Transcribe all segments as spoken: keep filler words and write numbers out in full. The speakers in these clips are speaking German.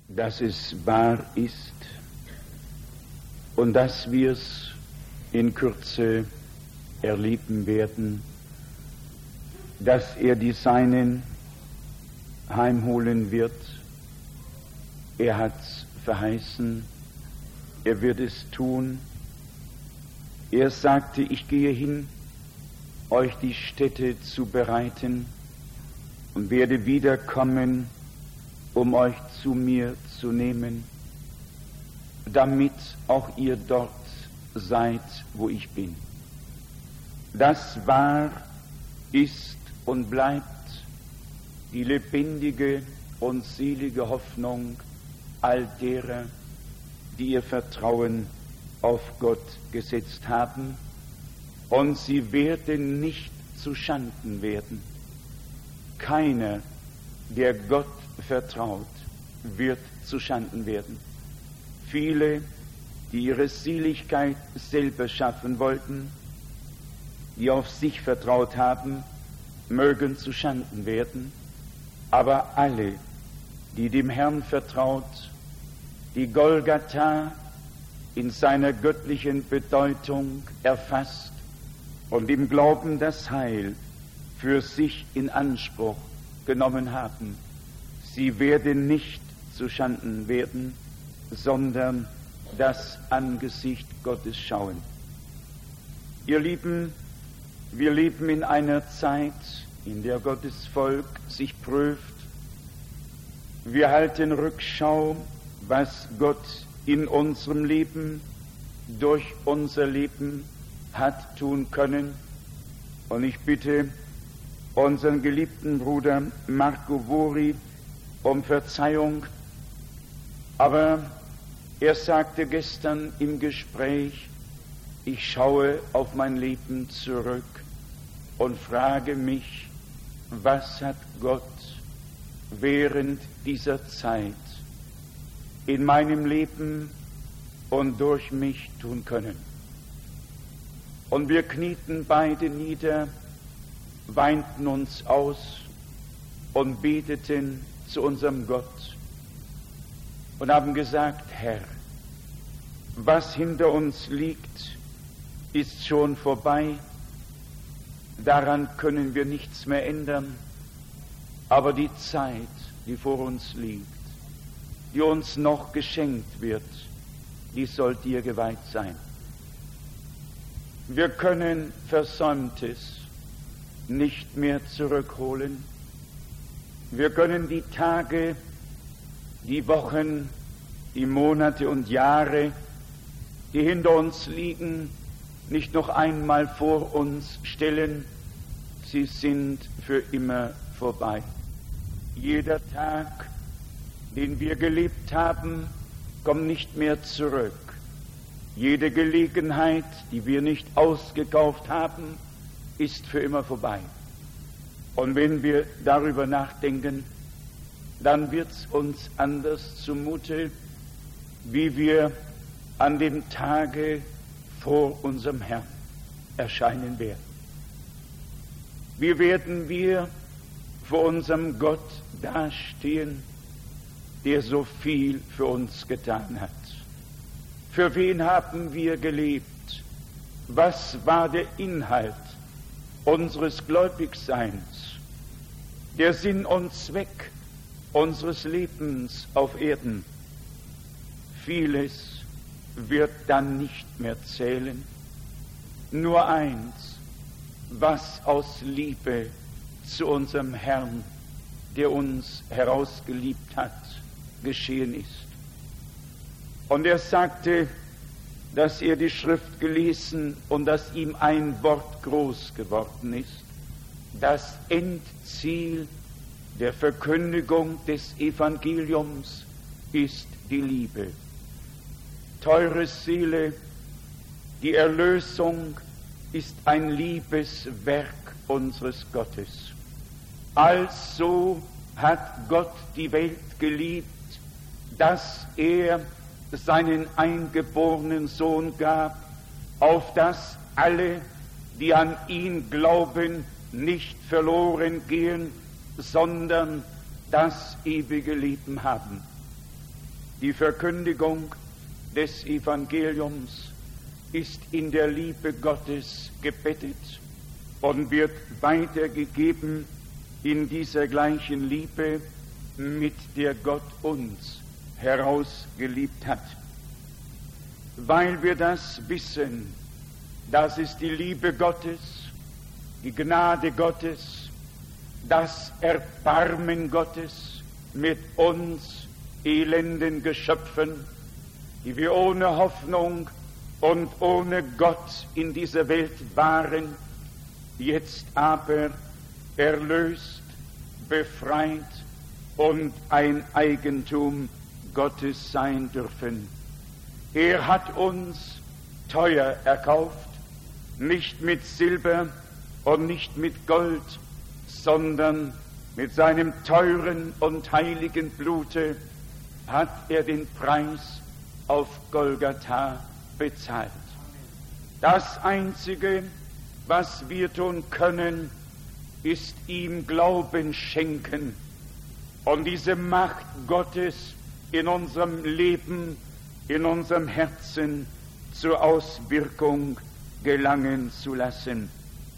dass es wahr ist und dass wir es in Kürze erleben werden, dass er die Seinen heimholen wird. Er hat's verheißen, er wird es tun. Er sagte, ich gehe hin, euch die Stätte zu bereiten und werde wiederkommen, um euch zu mir zu nehmen, damit auch ihr dort seid, wo ich bin. Das war, ist und bleibt die lebendige und selige Hoffnung all derer, die ihr Vertrauen auf Gott gesetzt haben, und sie werden nicht zu Schanden werden. Keiner, der Gott vertraut, wird zu Schanden werden. Viele, die ihre Seligkeit selber schaffen wollten, die auf sich vertraut haben, mögen zu Schanden werden, aber alle, die dem Herrn vertraut, die Golgatha in seiner göttlichen Bedeutung erfasst und im Glauben das Heil für sich in Anspruch genommen haben, sie werden nicht zu Schanden werden, sondern das Angesicht Gottes schauen. Ihr Lieben, wir leben in einer Zeit, in der Gottes Volk sich prüft. Wir halten Rückschau, was Gott in unserem Leben, durch unser Leben hat tun können. Und ich bitte unseren geliebten Bruder Marco Vori um Verzeihung, aber er sagte gestern im Gespräch, ich schaue auf mein Leben zurück und frage mich, was hat Gott während dieser Zeit in meinem Leben und durch mich tun können. Und wir knieten beide nieder, weinten uns aus und beteten zu unserem Gott und haben gesagt, Herr, was hinter uns liegt, ist schon vorbei, daran können wir nichts mehr ändern, aber die Zeit, die vor uns liegt, die uns noch geschenkt wird, die soll dir geweiht sein. Wir können Versäumtes nicht mehr zurückholen. Wir können die Tage, die Wochen, die Monate und Jahre, die hinter uns liegen, nicht noch einmal vor uns stellen. Sie sind für immer vorbei. Jeder Tag, den wir gelebt haben, kommt nicht mehr zurück. Jede Gelegenheit, die wir nicht ausgekauft haben, ist für immer vorbei. Und wenn wir darüber nachdenken, dann wird's uns anders zumute, wie wir an dem Tage vor unserem Herrn erscheinen werden. Wie werden wir vor unserem Gott dastehen, der so viel für uns getan hat? Für wen haben wir gelebt? Was war der Inhalt unseres Gläubigseins? Der Sinn und Zweck unseres Lebens auf Erden? Vieles wird dann nicht mehr zählen. Nur eins, was aus Liebe zu unserem Herrn, der uns herausgeliebt hat, geschehen ist. Und er sagte, dass er die Schrift gelesen und dass ihm ein Wort groß geworden ist. Das Endziel der Verkündigung des Evangeliums ist die Liebe. Teure Seele, die Erlösung ist ein Liebeswerk unseres Gottes. Also hat Gott die Welt geliebt, dass er seinen eingeborenen Sohn gab, auf dass alle, die an ihn glauben, nicht verloren gehen, sondern das ewige Leben haben. Die Verkündigung des Evangeliums ist in der Liebe Gottes gebettet und wird weitergegeben in dieser gleichen Liebe, mit der Gott uns herausgeliebt hat. Weil wir das wissen, das ist die Liebe Gottes, die Gnade Gottes, das Erbarmen Gottes mit uns elenden Geschöpfen, die wir ohne Hoffnung und ohne Gott in dieser Welt waren, jetzt aber erlöst, befreit und ein Eigentum Gottes sein dürfen. Er hat uns teuer erkauft, nicht mit Silber und nicht mit Gold, sondern mit seinem teuren und heiligen Blute hat er den Preis auf Golgatha bezahlt. Das Einzige, was wir tun können, ist ihm Glauben schenken und diese Macht Gottes in unserem Leben, in unserem Herzen zur Auswirkung gelangen zu lassen.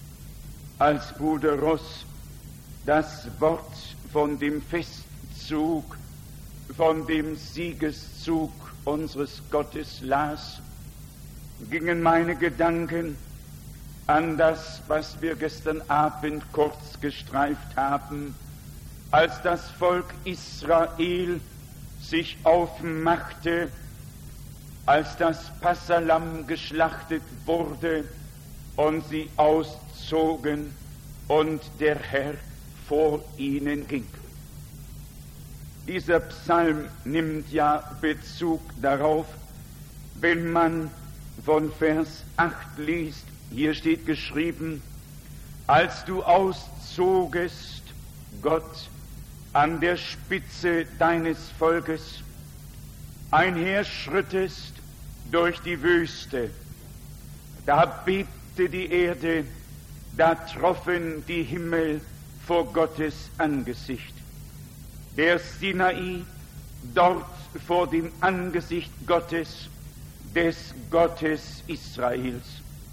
Als Bruder Ross das Wort von dem Festzug, von dem Siegeszug unseres Gottes las, gingen meine Gedanken an das, was wir gestern Abend kurz gestreift haben, als das Volk Israel sich aufmachte, als das Passahlamm geschlachtet wurde und sie auszogen und der Herr vor ihnen ging. Dieser Psalm nimmt ja Bezug darauf, wenn man von Vers acht liest. Hier steht geschrieben: Als du auszogest, Gott, an der Spitze deines Volkes, einherschrittest durch die Wüste, da bebte die Erde, da troffen die Himmel vor Gottes Angesicht. Der Sinai, dort vor dem Angesicht Gottes, des Gottes Israels.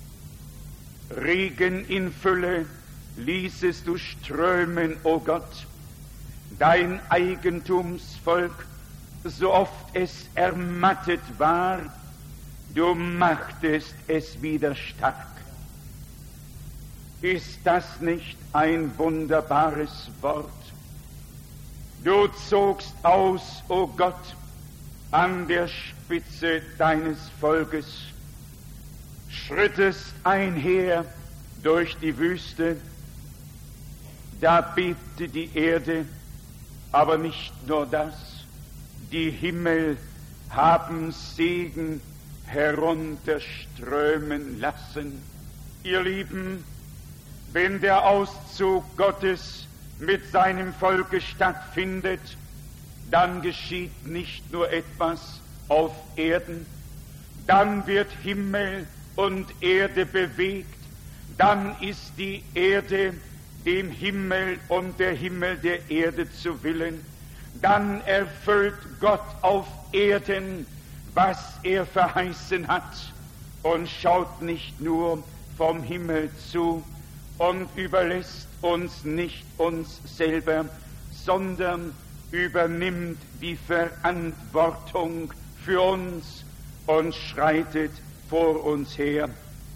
Regen in Fülle ließest du strömen, o Gott, dein Eigentumsvolk, so oft es ermattet war, du machtest es wieder stark. Ist das nicht ein wunderbares Wort? Du zogst aus, o Gott, an der Spitze deines Volkes, schrittest einher durch die Wüste, da bebte die Erde, aber nicht nur das, die Himmel haben Segen herunterströmen lassen. Ihr Lieben, wenn der Auszug Gottes mit seinem Volke stattfindet, dann geschieht nicht nur etwas auf Erden, dann wird Himmel und Erde bewegt, dann ist die Erde dem Himmel und der Himmel der Erde zu willen, dann erfüllt Gott auf Erden, was er verheißen hat, und schaut nicht nur vom Himmel zu und überlässt uns nicht uns selber, sondern übernimmt die Verantwortung für uns und schreitet vor uns her.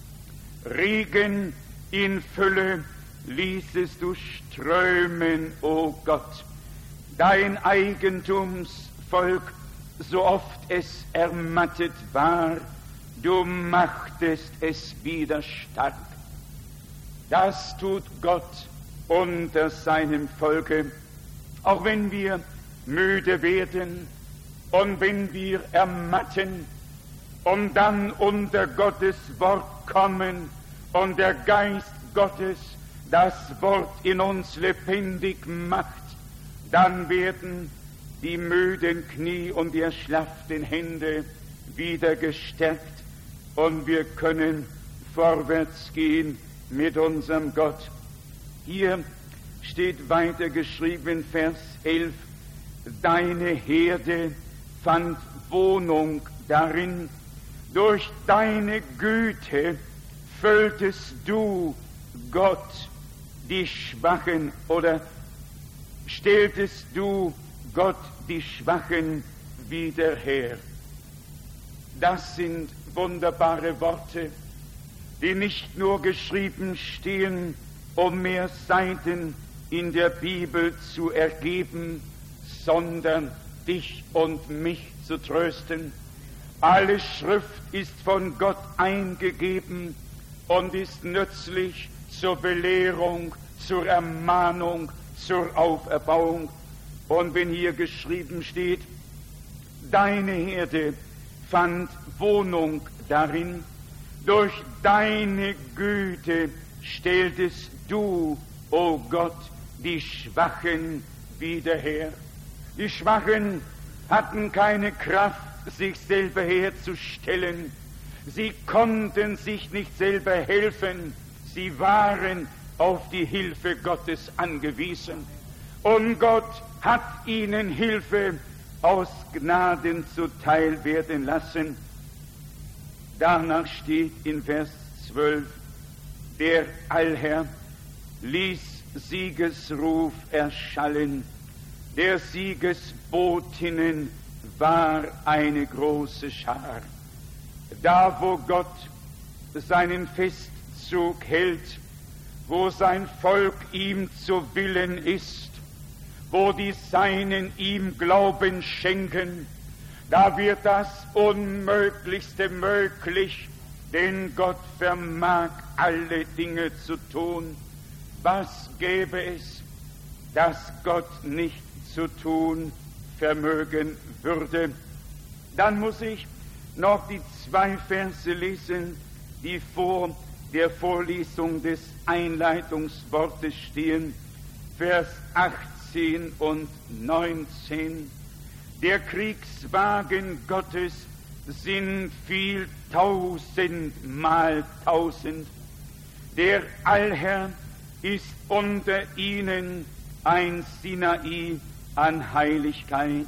Regen in Fülle ließest du strömen, o Gott, dein Eigentumsvolk, so oft es ermattet war, du machtest es wieder stark. Das tut Gott unter seinem Volke, auch wenn wir müde werden und wenn wir ermatten und dann unter Gottes Wort kommen und der Geist Gottes das Wort in uns lebendig macht, dann werden die müden Knie und die erschlafften Hände wieder gestärkt und wir können vorwärts gehen mit unserem Gott. Hier steht weiter geschrieben, Vers elf, deine Herde fand Wohnung darin. Durch deine Güte fülltest du, Gott, die Schwachen, oder stelltest du, Gott, die Schwachen wieder her. Das sind wunderbare Worte, die nicht nur geschrieben stehen, um mehr Seiten in der Bibel zu ergeben, sondern dich und mich zu trösten. Alle Schrift ist von Gott eingegeben und ist nützlich zur Belehrung, zur Ermahnung, zur Auferbauung. Und wenn hier geschrieben steht, deine Herde fand Wohnung darin, durch deine Güte stelltest du, o Gott, die Schwachen wieder her. Die Schwachen hatten keine Kraft, sich selber herzustellen. Sie konnten sich nicht selber helfen. Sie waren auf die Hilfe Gottes angewiesen. Und Gott hat ihnen Hilfe aus Gnaden zuteil werden lassen. Danach steht in Vers zwölf, der Allherr ließ Siegesruf erschallen, der Siegesbotinnen war eine große Schar. Da, wo Gott seinen Festzug hält, wo sein Volk ihm zu Willen ist, wo die Seinen ihm Glauben schenken, da wird das Unmöglichste möglich, denn Gott vermag alle Dinge zu tun. Was gäbe es, das Gott nicht zu tun vermögen würde? Dann muss ich noch die zwei Verse lesen, die vor der Vorlesung des Einleitungswortes stehen, Vers achtzehn und neunzehn. Der Kriegswagen Gottes sind viel tausendmal tausend. Der Allherr ist unter ihnen ein Sinai an Heiligkeit.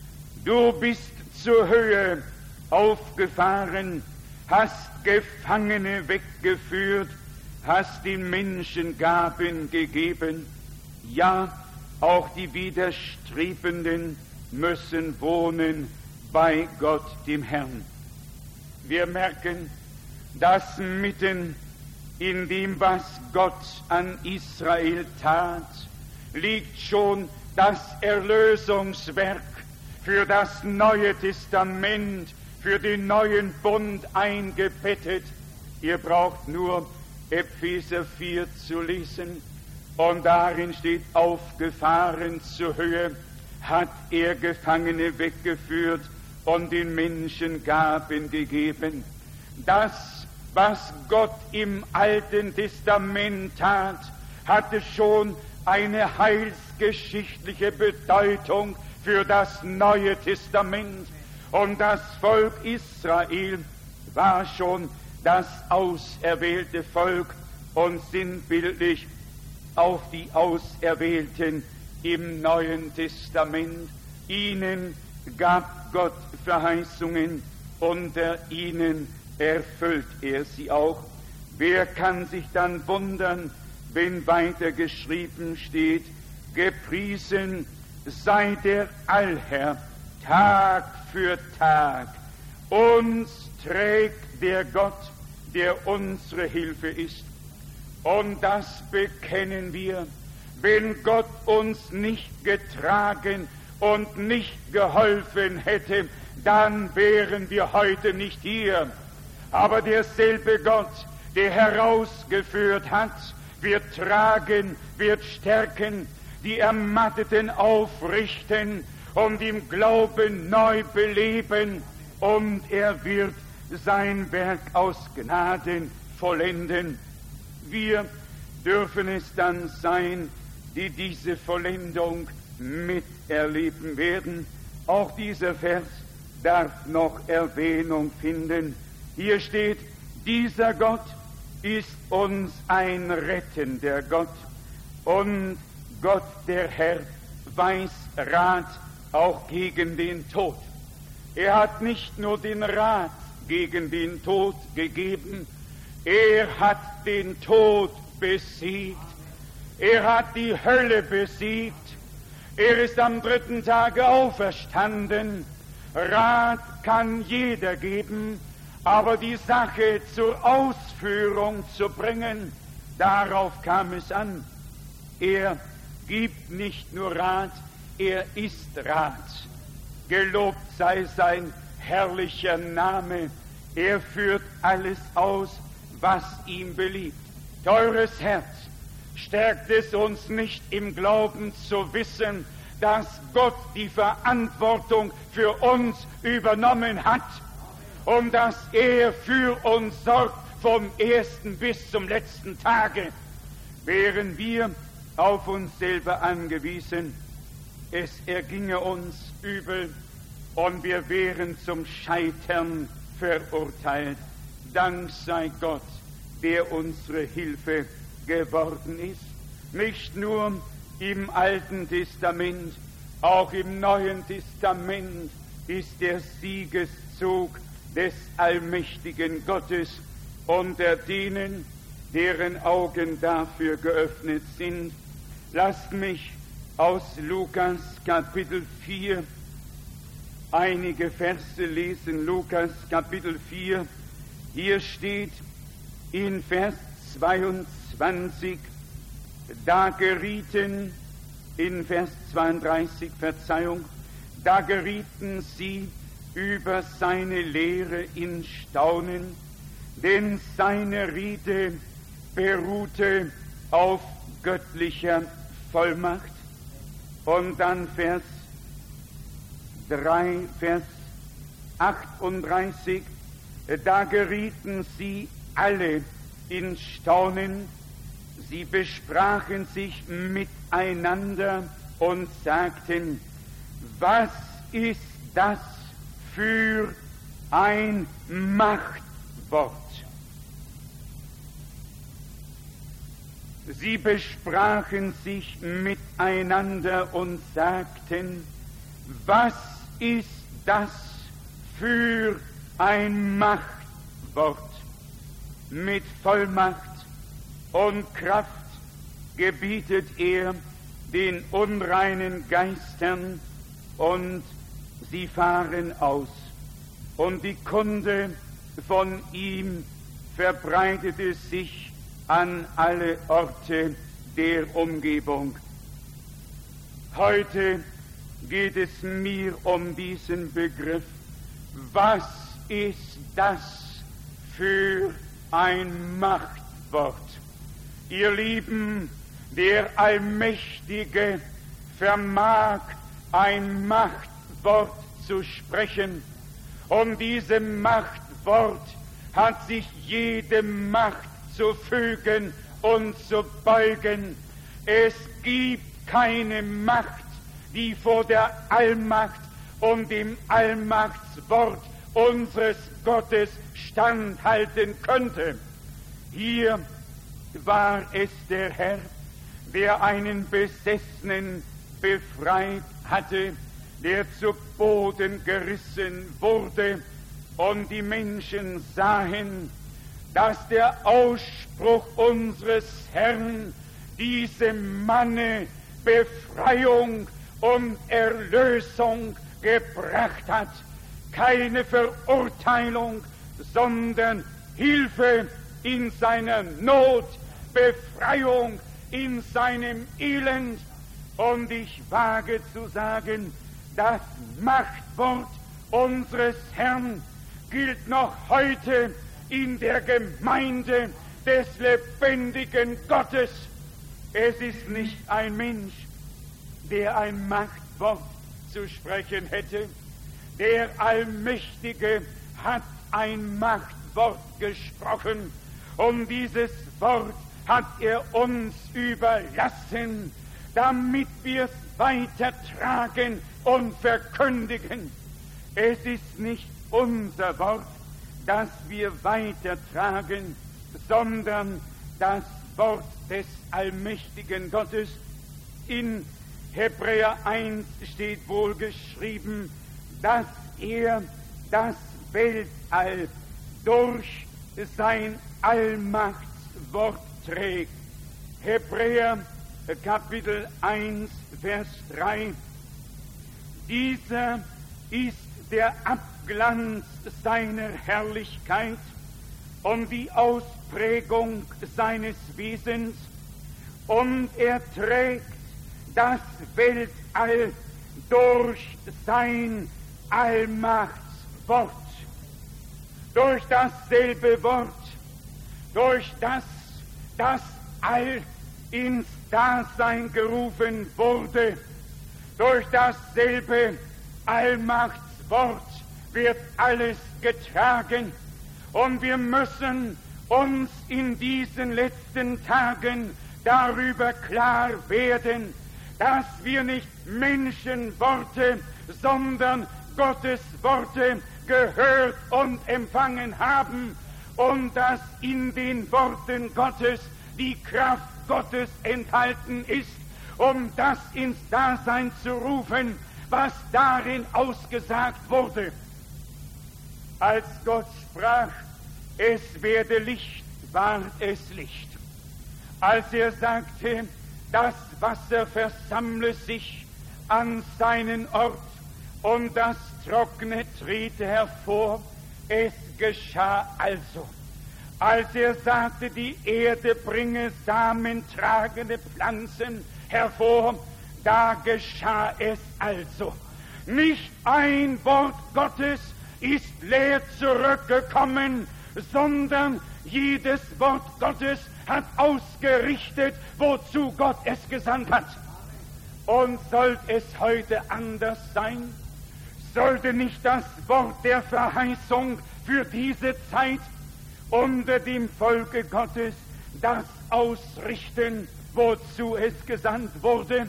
Du bist zur Höhe aufgefahren, hast Gefangene weggeführt, hast den Menschen Gaben gegeben. Ja, auch die Widerstrebenden müssen wohnen bei Gott, dem Herrn. Wir merken, dass mitten in dem, was Gott an Israel tat, liegt schon das Erlösungswerk für das Neue Testament, für den neuen Bund eingebettet. Ihr braucht nur Epheser vier zu lesen, und darin steht, aufgefahren zur Höhe, hat er Gefangene weggeführt und den Menschen Gaben gegeben. Das, was Gott im Alten Testament tat, hatte schon eine heilsgeschichtliche Bedeutung für das Neue Testament. Und das Volk Israel war schon das auserwählte Volk und sinnbildlich auf die Auserwählten im Neuen Testament. Ihnen gab Gott Verheißungen, unter ihnen erfüllt er sie auch. Wer kann sich dann wundern, wenn weiter geschrieben steht, gepriesen sei der Allherr Tag für Tag. Uns trägt der Gott, der unsere Hilfe ist. Und das bekennen wir. Wenn Gott uns nicht getragen und nicht geholfen hätte, dann wären wir heute nicht hier. Aber derselbe Gott, der herausgeführt hat, wird tragen, wird stärken, die Ermatteten aufrichten und im Glauben neu beleben, und er wird sein Werk aus Gnaden vollenden. Wir dürfen es dann sein, die diese Vollendung miterleben werden. Auch dieser Vers darf noch Erwähnung finden. Hier steht, dieser Gott ist uns ein rettender Gott, und Gott der Herr weiß Rat auch gegen den Tod. Er hat nicht nur den Rat gegen den Tod gegeben, er hat den Tod besiegt, er hat die Hölle besiegt, er ist am dritten Tage auferstanden. Rat kann jeder geben, aber die Sache zur Ausführung zu bringen, darauf kam es an. Er gibt nicht nur Rat, er ist Rat. Gelobt sei sein herrlicher Name. Er führt alles aus, was ihm beliebt. Teures Herz, stärkt es uns nicht im Glauben zu wissen, dass Gott die Verantwortung für uns übernommen hat und dass er für uns sorgt vom ersten bis zum letzten Tage. Wären wir auf uns selber angewiesen, es erginge uns übel und wir wären zum Scheitern verurteilt. Dank sei Gott, der unsere Hilfe geworden ist. Nicht nur im Alten Testament, auch im Neuen Testament ist der Siegeszug des allmächtigen Gottes unter denen, deren Augen dafür geöffnet sind. Lasst mich aus Lukas Kapitel vier einige Verse lesen. Lukas Kapitel vier, hier steht in Vers zweiundzwanzig, da gerieten, in Vers zweiunddreißig, Verzeihung, da gerieten sie über seine Lehre in Staunen, denn seine Rede beruhte auf göttlicher Vollmacht. Und dann Vers drei, Vers achtunddreißig, da gerieten sie alle in Staunen, sie besprachen sich miteinander und sagten, was ist das für ein Machtwort? Sie besprachen sich miteinander und sagten, was ist das für ein Machtwort? Mit Vollmacht und Kraft gebietet er den unreinen Geistern und sie fahren aus. Und die Kunde von ihm verbreitete sich an alle Orte der Umgebung. Heute geht es mir um diesen Begriff. Was ist das für ein Machtwort? Ihr Lieben, der Allmächtige vermag ein Machtwort zu sprechen. Um diesem Machtwort hat sich jede Macht zu fügen und zu beugen. Es gibt keine Macht, die vor der Allmacht und dem Allmachtswort unseres Gottes standhalten könnte. Hier war es der Herr, der einen Besessenen befreit hatte, der zu Boden gerissen wurde, und die Menschen sahen, dass der Ausspruch unseres Herrn diesem Manne Befreiung und Erlösung gebracht hat. Keine Verurteilung, sondern Hilfe in seiner Not, Befreiung in seinem Elend. Und ich wage zu sagen, das Machtwort unseres Herrn gilt noch heute in der Gemeinde des lebendigen Gottes. Es ist nicht ein Mensch, der ein Machtwort zu sprechen hätte. Der Allmächtige hat ein Machtwort gesprochen, und dieses Wort hat er uns überlassen, damit wir es weitertragen und verkündigen. Es ist nicht unser Wort, das wir weitertragen, sondern das Wort des allmächtigen Gottes. In Hebräer eins steht wohl geschrieben, dass er das Weltall durch sein Allmachtswort trägt. Hebräer Kapitel eins, Vers drei. Dieser ist der Abglanz seiner Herrlichkeit und die Ausprägung seines Wesens, und er trägt das Weltall durch sein Allmachtswort. Durch dasselbe Wort, durch das das All ins Dasein gerufen wurde, durch dasselbe Allmachtswort wird alles getragen. Und wir müssen uns in diesen letzten Tagen darüber klar werden, dass wir nicht Menschenworte, sondern Gottes Worte gehört und empfangen haben, und dass in den Worten Gottes die Kraft Gottes enthalten ist, um das ins Dasein zu rufen, was darin ausgesagt wurde. Als Gott sprach, es werde Licht, ward es Licht. Als er sagte, das Wasser versammle sich an seinen Ort und das Trockene trete hervor, es geschah also. Als er sagte, die Erde bringe samentragende Pflanzen hervor, da geschah es also. Nicht ein Wort Gottes ist leer zurückgekommen, sondern jedes Wort Gottes hat ausgerichtet, wozu Gott es gesandt hat. Und sollte es heute anders sein, sollte nicht das Wort der Verheißung für diese Zeit unter dem Volke Gottes das ausrichten, wozu es gesandt wurde?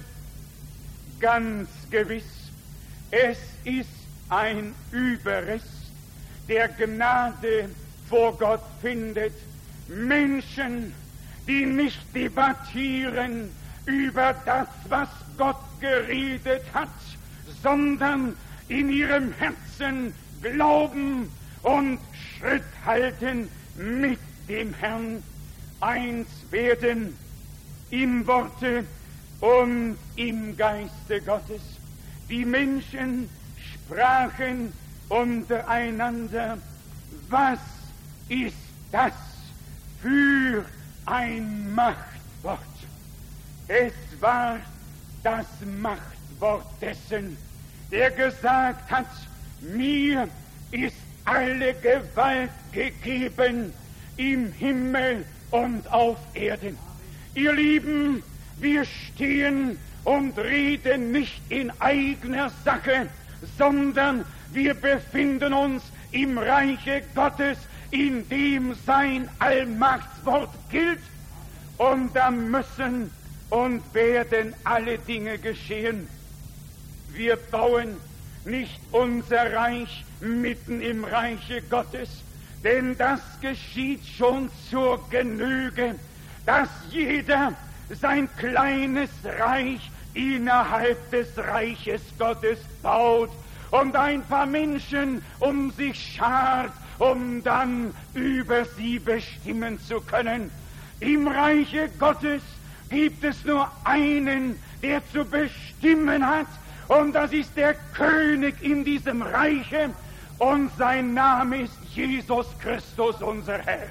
Ganz gewiss, es ist ein Überrest der Gnade vor Gott findet. Menschen, die nicht debattieren über das, was Gott geredet hat, sondern in ihrem Herzen glauben und Schritt halten mit dem Herrn, eins werden im Worte und im Geiste Gottes. Die Menschen sprachen untereinander, was ist das für ein Machtwort? Es war das Machtwort dessen, der gesagt hat, mir ist alle Gewalt gegeben im Himmel und auf Erden. Ihr Lieben, wir stehen und reden nicht in eigener Sache, sondern wir befinden uns im Reiche Gottes, in dem sein Allmachtswort gilt. Und da müssen und werden alle Dinge geschehen. Wir bauen nicht unser Reich mitten im Reiche Gottes, denn das geschieht schon zur Genüge, dass jeder sein kleines Reich innerhalb des Reiches Gottes baut und ein paar Menschen um sich schart, um dann über sie bestimmen zu können. Im Reiche Gottes gibt es nur einen, der zu bestimmen hat, und das ist der König in diesem Reiche, und sein Name ist Jesus Christus, unser Herr.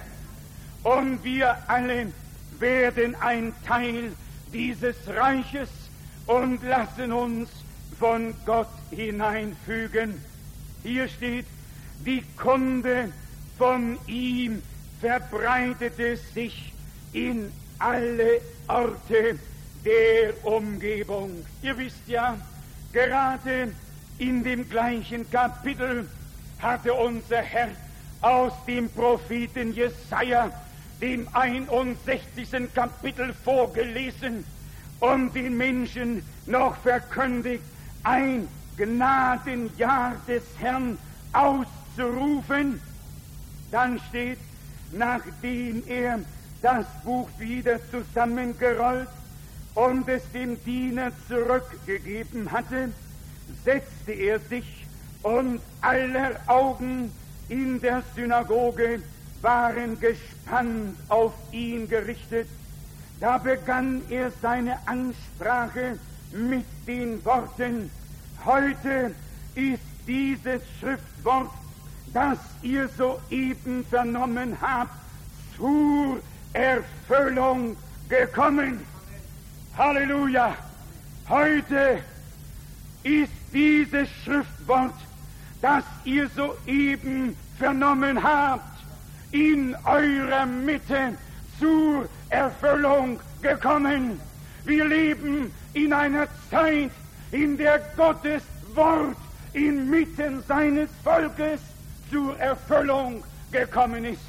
Und wir alle werden ein Teil dieses Reiches und lassen uns von Gott hineinfügen. Hier steht, die Kunde von ihm verbreitete sich in alle Orte der Umgebung. Ihr wisst ja, gerade in dem gleichen Kapitel hatte unser Herr aus dem Propheten Jesaja, dem einundsechzigsten Kapitel, vorgelesen und den Menschen noch verkündigt, ein Gnadenjahr des Herrn auszurufen. Dann steht, nachdem er das Buch wieder zusammengerollt und es dem Diener zurückgegeben hatte, setzte er sich und aller Augen in der Synagoge waren gespannt auf ihn gerichtet. Da begann er seine Ansprache mit den Worten: Heute ist dieses Schriftwort, das ihr soeben vernommen habt, zur Erfüllung gekommen. Halleluja! Heute ist dieses Schriftwort, das ihr soeben vernommen habt, in eurer Mitte zur Erfüllung gekommen. Wir leben in einer Zeit, in der Gottes Wort inmitten seines Volkes zur Erfüllung gekommen ist.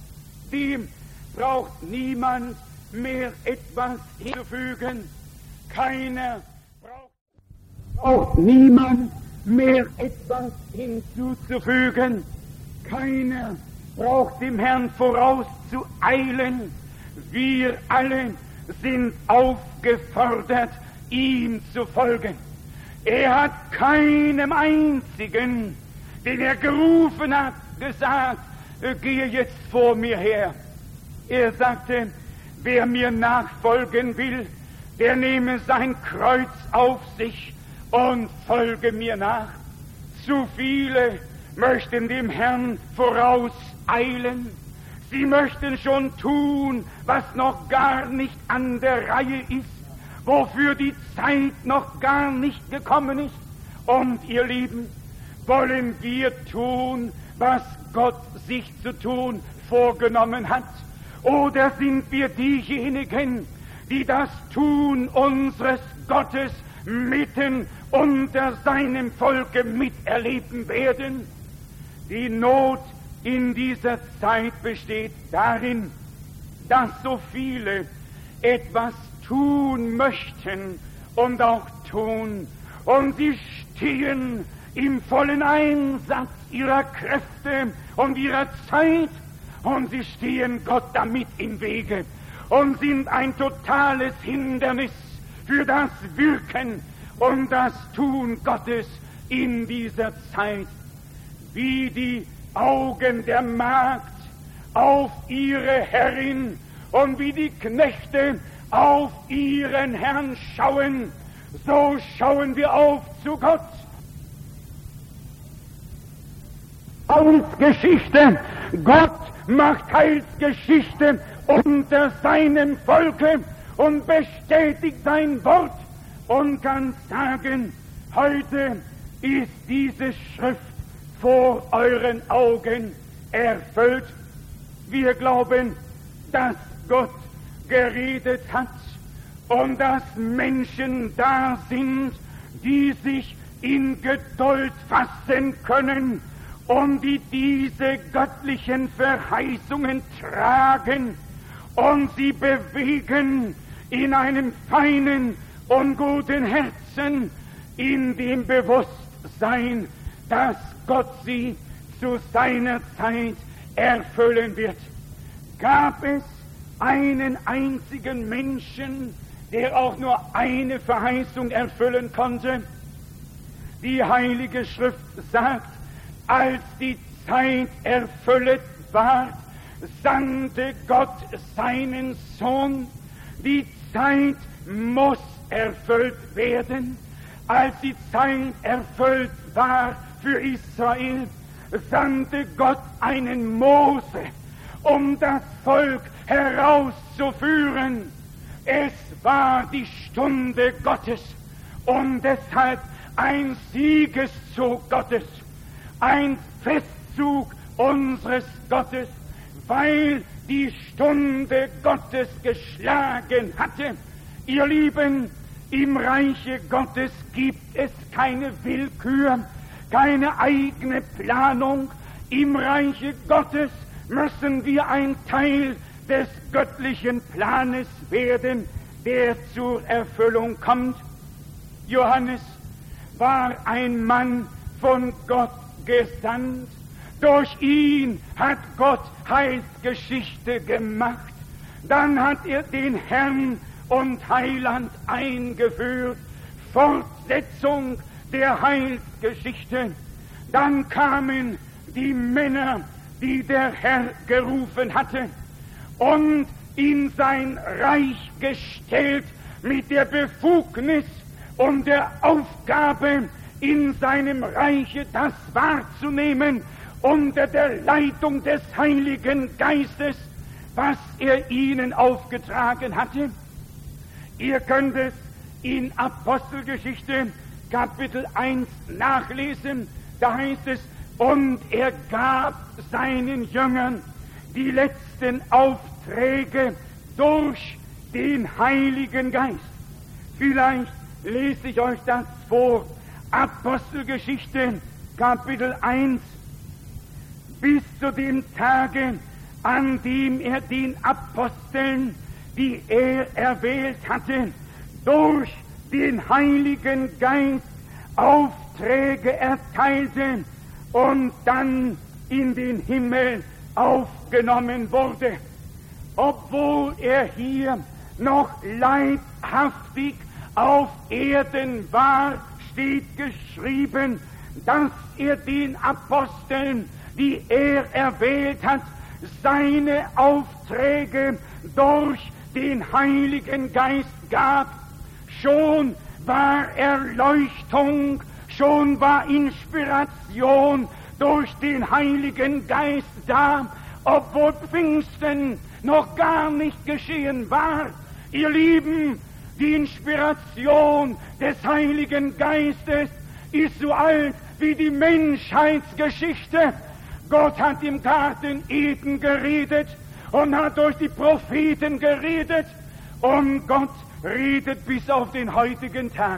Dem braucht niemand mehr etwas hinzufügen. Keiner braucht, braucht niemand mehr etwas hinzuzufügen. Keiner braucht dem Herrn vorauszueilen. Wir alle sind aufgefordert, ihm zu folgen. Er hat keinem einzigen, den er gerufen hat, gesagt, gehe jetzt vor mir her. Er sagte, wer mir nachfolgen will, der nehme sein Kreuz auf sich und folge mir nach. Zu viele möchten dem Herrn vorauseilen. Sie möchten schon tun, was noch gar nicht an der Reihe ist, wofür die Zeit noch gar nicht gekommen ist. Und ihr Lieben, wollen wir tun, was Gott sich zu tun vorgenommen hat? Oder sind wir diejenigen, die das Tun unseres Gottes mitten unter seinem Volke miterleben werden? Die Not in dieser Zeit besteht darin, dass so viele etwas tun möchten und auch tun, und sie stehen im vollen Einsatz ihrer Kräfte und ihrer Zeit, und sie stehen Gott damit im Wege und sind ein totales Hindernis für das Wirken und das Tun Gottes in dieser Zeit. Wie die Augen der Magd auf ihre Herrin und wie die Knechte auf ihren Herrn schauen, so schauen wir auf zu Gott. Heilsgeschichte. Gott macht Heilsgeschichte unter seinem Volke und bestätigt sein Wort und kann sagen, heute ist diese Schrift vor euren Augen erfüllt. Wir glauben, dass Gott geredet hat und dass Menschen da sind, die sich in Geduld fassen können und die diese göttlichen Verheißungen tragen und sie bewegen in einem feinen und guten Herzen, in dem Bewusstsein, dass Gott sie zu seiner Zeit erfüllen wird. Gab es einen einzigen Menschen, der auch nur eine Verheißung erfüllen konnte? Die Heilige Schrift sagt, als die Zeit erfüllt war, sandte Gott seinen Sohn. Die Zeit muss erfüllt werden. Als die Zeit erfüllt war für Israel, sandte Gott einen Mose, um das Volk herauszuführen. Es war die Stunde Gottes und deshalb ein Siegeszug Gottes, ein Festzug unseres Gottes, weil die Stunde Gottes geschlagen hatte. Ihr Lieben, im Reiche Gottes gibt es keine Willkür, keine eigene Planung. Im Reiche Gottes müssen wir ein Teil des göttlichen Planes werden, der zur Erfüllung kommt. Johannes war ein Mann von Gott gesandt. Durch ihn hat Gott Heilsgeschichte gemacht. Dann hat er den Herrn und Heiland eingeführt. Fortsetzung der Heilsgeschichte. Dann kamen die Männer, die der Herr gerufen hatte und in sein Reich gestellt mit der Befugnis und der Aufgabe, in seinem Reiche das wahrzunehmen, unter der Leitung des Heiligen Geistes, was er ihnen aufgetragen hatte. Ihr könnt es in Apostelgeschichte Kapitel eins nachlesen, da heißt es, und er gab seinen Jüngern die letzten Aufträge durch den Heiligen Geist. Vielleicht lese ich euch das vor. Apostelgeschichte Kapitel eins, bis zu dem Tage, an dem er den Aposteln, die er erwählt hatte, durch den Heiligen Geist Aufträge erteilte und dann in den Himmel aufgenommen wurde. Obwohl er hier noch leibhaftig auf Erden war, steht geschrieben, dass er den Aposteln, die er erwählt hat, seine Aufträge durch den Heiligen Geist gab. Schon war Erleuchtung, schon war Inspiration durch den Heiligen Geist da, obwohl Pfingsten noch gar nicht geschehen war. Ihr Lieben, die Inspiration des Heiligen Geistes ist so alt wie die Menschheitsgeschichte. Gott hat im Garten Eden geredet und hat durch die Propheten geredet, und Gott redet bis auf den heutigen Tag.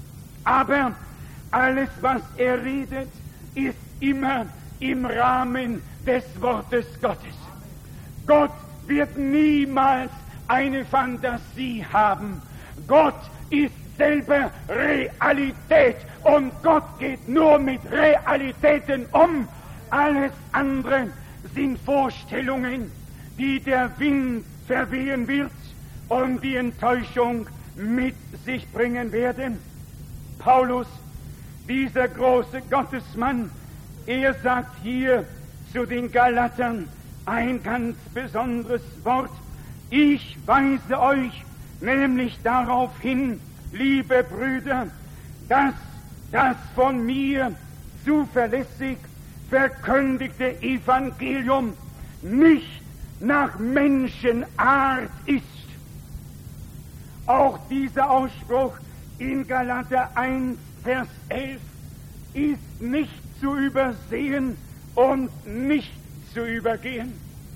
Aber alles, was er redet, ist immer im Rahmen des Wortes Gottes. Gott wird niemals eine Fantasie haben. Gott ist selber Realität, und Gott geht nur mit Realitäten um. Alles andere sind Vorstellungen, die der Wind verwehen wird und die Enttäuschung mit sich bringen werden. Paulus, dieser große Gottesmann, er sagt hier zu den Galatern ein ganz besonderes Wort. Ich weise euch nämlich darauf hin, liebe Brüder, dass das von mir zuverlässig verkündigte Evangelium nicht nach Menschenart ist. Auch dieser Ausspruch in Galater eins, Vers elf ist nicht zu übersehen und nicht zu übergehen.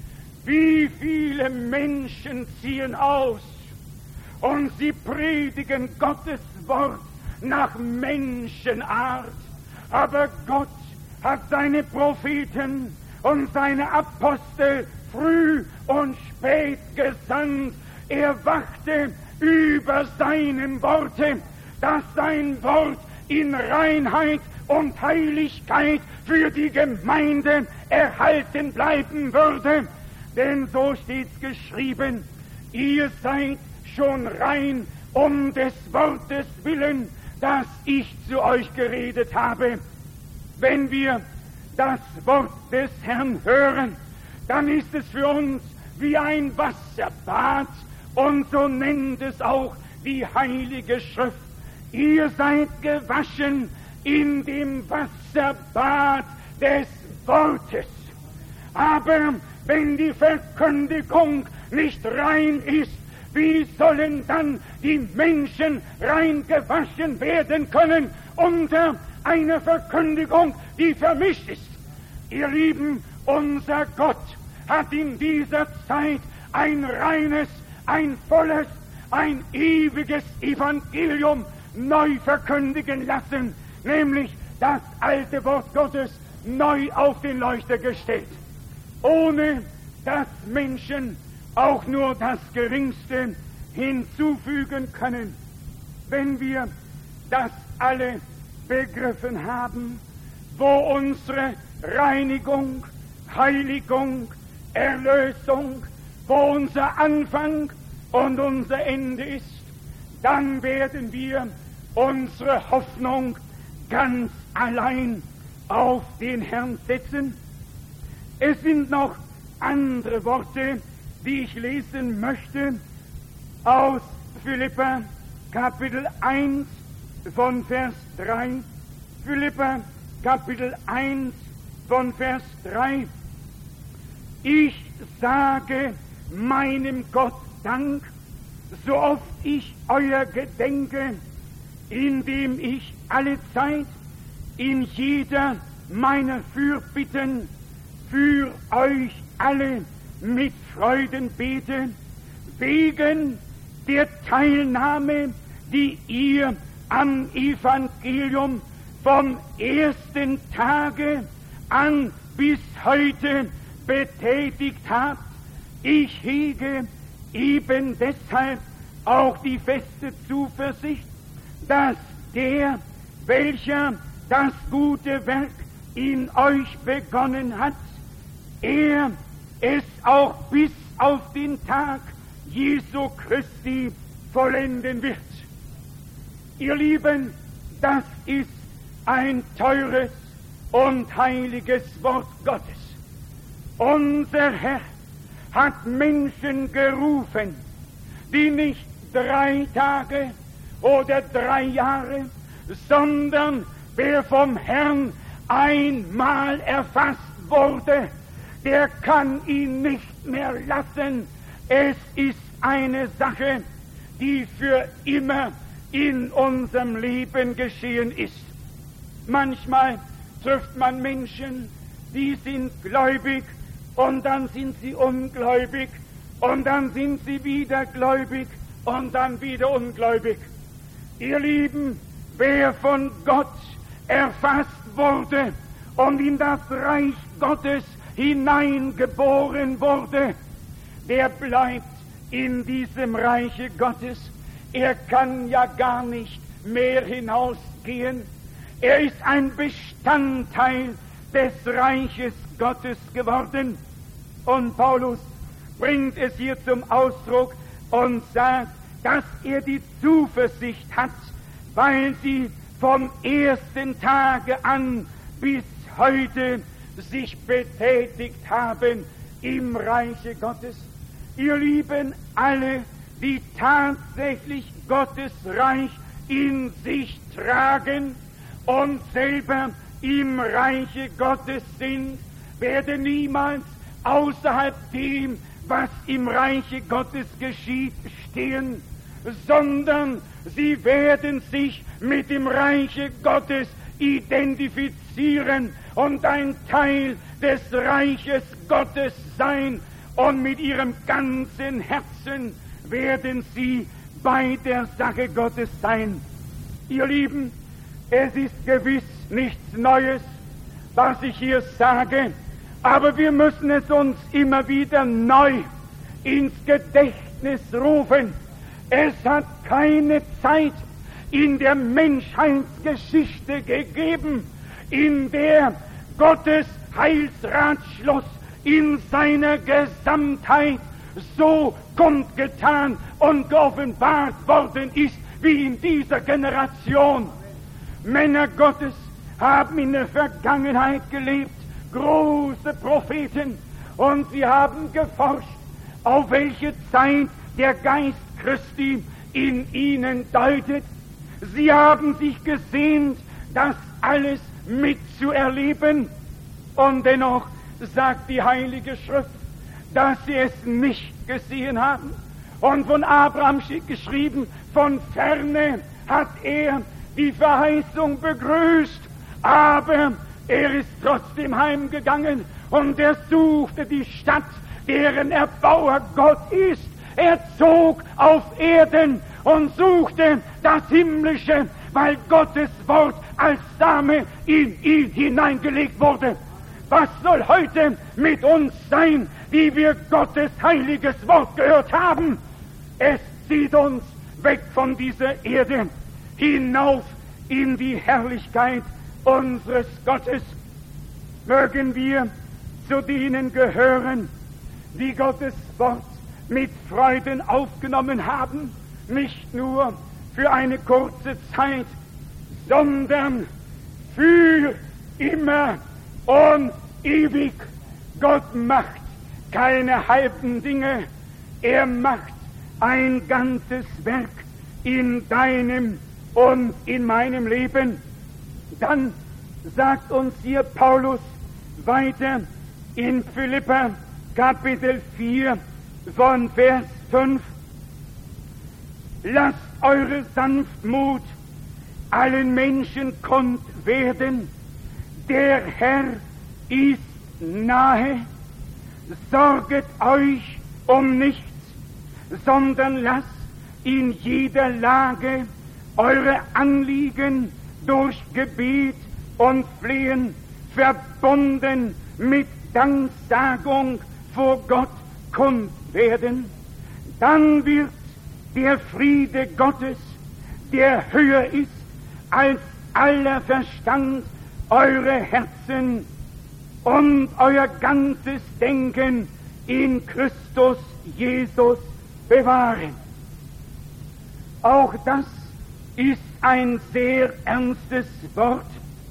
Wie viele Menschen ziehen aus und sie predigen Gottes Wort nach Menschenart, aber Gott hat seine Propheten und seine Apostel früh und spät gesandt. Er wachte über seinem Worte, dass sein Wort in Reinheit und Heiligkeit für die Gemeinde erhalten bleiben würde. Denn so steht's geschrieben, ihr seid schon rein um des Wortes willen, das ich zu euch geredet habe. Wenn wir das Wort des Herrn hören, dann ist es für uns wie ein Wasserbad, und so nennt es auch die Heilige Schrift. Ihr seid gewaschen in dem Wasserbad des Wortes. Aber wenn die Verkündigung nicht rein ist, wie sollen dann die Menschen rein gewaschen werden können unter einer Verkündigung, die vermischt ist? Ihr Lieben, unser Gott hat in dieser Zeit ein reines, ein volles, ein ewiges Evangelium neu verkündigen lassen, nämlich das alte Wort Gottes neu auf den Leuchter gestellt, ohne dass Menschen auch nur das Geringste hinzufügen können. Wenn wir das alle begriffen haben, wo unsere Reinigung, Heiligung, Erlösung, wo unser Anfang und unser Ende ist, dann werden wir unsere Hoffnung ganz allein auf den Herrn setzen. Es sind noch andere Worte, die ich lesen möchte, aus Philipper Kapitel eins von Vers drei. Philipper Kapitel eins von Vers drei. Ich sage meinem Gott Dank, so oft ich euer gedenke, indem ich alle Zeit in jeder meiner Fürbitten für euch alle mit Freuden bete, wegen der Teilnahme, die ihr am Evangelium vom ersten Tage an bis heute betätigt habt. Ich hege eben deshalb auch die feste Zuversicht, dass der, welcher das gute Werk in euch begonnen hat, er es auch bis auf den Tag Jesu Christi vollenden wird. Ihr Lieben, das ist ein teures und heiliges Wort Gottes. Unser Herr hat Menschen gerufen, die nicht drei Tage oder drei Jahre, sondern wer vom Herrn einmal erfasst wurde, der kann ihn nicht mehr lassen. Es ist eine Sache, die für immer in unserem Leben geschehen ist. Manchmal trifft man Menschen, die sind gläubig und dann sind sie ungläubig und dann sind sie wieder gläubig und dann wieder ungläubig. Ihr Lieben, wer von Gott erfasst wurde und in das Reich Gottes hineingeboren wurde, der bleibt in diesem Reiche Gottes. Er kann ja gar nicht mehr hinausgehen. Er ist ein Bestandteil des Reiches Gottes geworden. Und Paulus bringt es hier zum Ausdruck und sagt, dass er die Zuversicht hat, weil sie vom ersten Tage an bis heute sich betätigt haben im Reiche Gottes. Ihr Lieben, alle, die tatsächlich Gottes Reich in sich tragen und selber im Reiche Gottes sind, werden niemals außerhalb dem, was im Reiche Gottes geschieht, stehen, sondern sie werden sich mit dem Reiche Gottes identifizieren und ein Teil des Reiches Gottes sein, und mit ihrem ganzen Herzen werden sie bei der Sache Gottes sein. Ihr Lieben, es ist gewiss nichts Neues, was ich hier sage, aber wir müssen es uns immer wieder neu ins Gedächtnis rufen. Es hat keine Zeit in der Menschheitsgeschichte gegeben, in der Gottes Heilsratschluss in seiner Gesamtheit so kundgetan und geoffenbart worden ist, wie in dieser Generation. Männer Gottes haben in der Vergangenheit gelebt, große Propheten, und sie haben geforscht, auf welche Zeit der Geist Christi in ihnen deutet. Sie haben sich gesehnt, das alles mitzuerleben, und dennoch sagt die Heilige Schrift, dass sie es nicht gesehen haben. Und von Abraham geschrieben, von ferne hat er die Verheißung begrüßt, aber er ist trotzdem heimgegangen und er suchte die Stadt, deren Erbauer Gott ist. Er zog auf Erden und suchte das Himmlische, weil Gottes Wort als Same in ihn hineingelegt wurde. Was soll heute mit uns sein, die wir Gottes heiliges Wort gehört haben? Es zieht uns weg von dieser Erde, hinauf in die Herrlichkeit unseres Gottes. Mögen wir zu denen gehören, die Gottes Wort mit Freuden aufgenommen haben, nicht nur für eine kurze Zeit, sondern für immer und ewig. Gott macht keine halben Dinge, er macht ein ganzes Werk in deinem und in meinem Leben. Dann sagt uns hier Paulus weiter in Philipper Kapitel vier von Vers fünf: Lasst eure Sanftmut allen Menschen kund werden, der Herr ist nahe. Sorget euch um nichts, sondern lasst in jeder Lage eure Anliegen durch Gebet und Flehen verbunden mit Danksagung vor Gott kund werden. Dann wird der Friede Gottes, der höher ist als aller Verstand, eure Herzen und euer ganzes Denken in Christus Jesus bewahren. Auch das ist ein sehr ernstes Wort.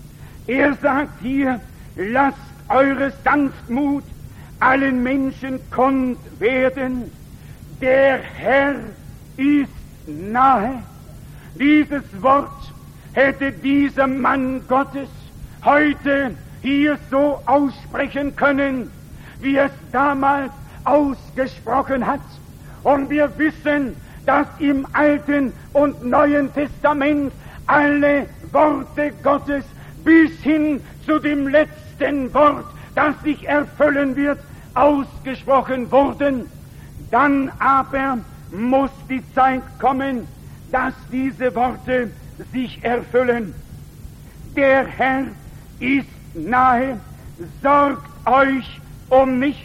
Er sagt hier, lasst eure Sanftmut allen Menschen kund werden, der Herr ist nahe. Dieses Wort hätte dieser Mann Gottes heute hier so aussprechen können, wie er es damals ausgesprochen hat. Und wir wissen, dass im Alten und Neuen Testament alle Worte Gottes bis hin zu dem letzten Wort, das sich erfüllen wird, ausgesprochen wurden. Dann aber muss die Zeit kommen, dass diese Worte sich erfüllen. Der Herr ist nahe, sorgt euch um nichts.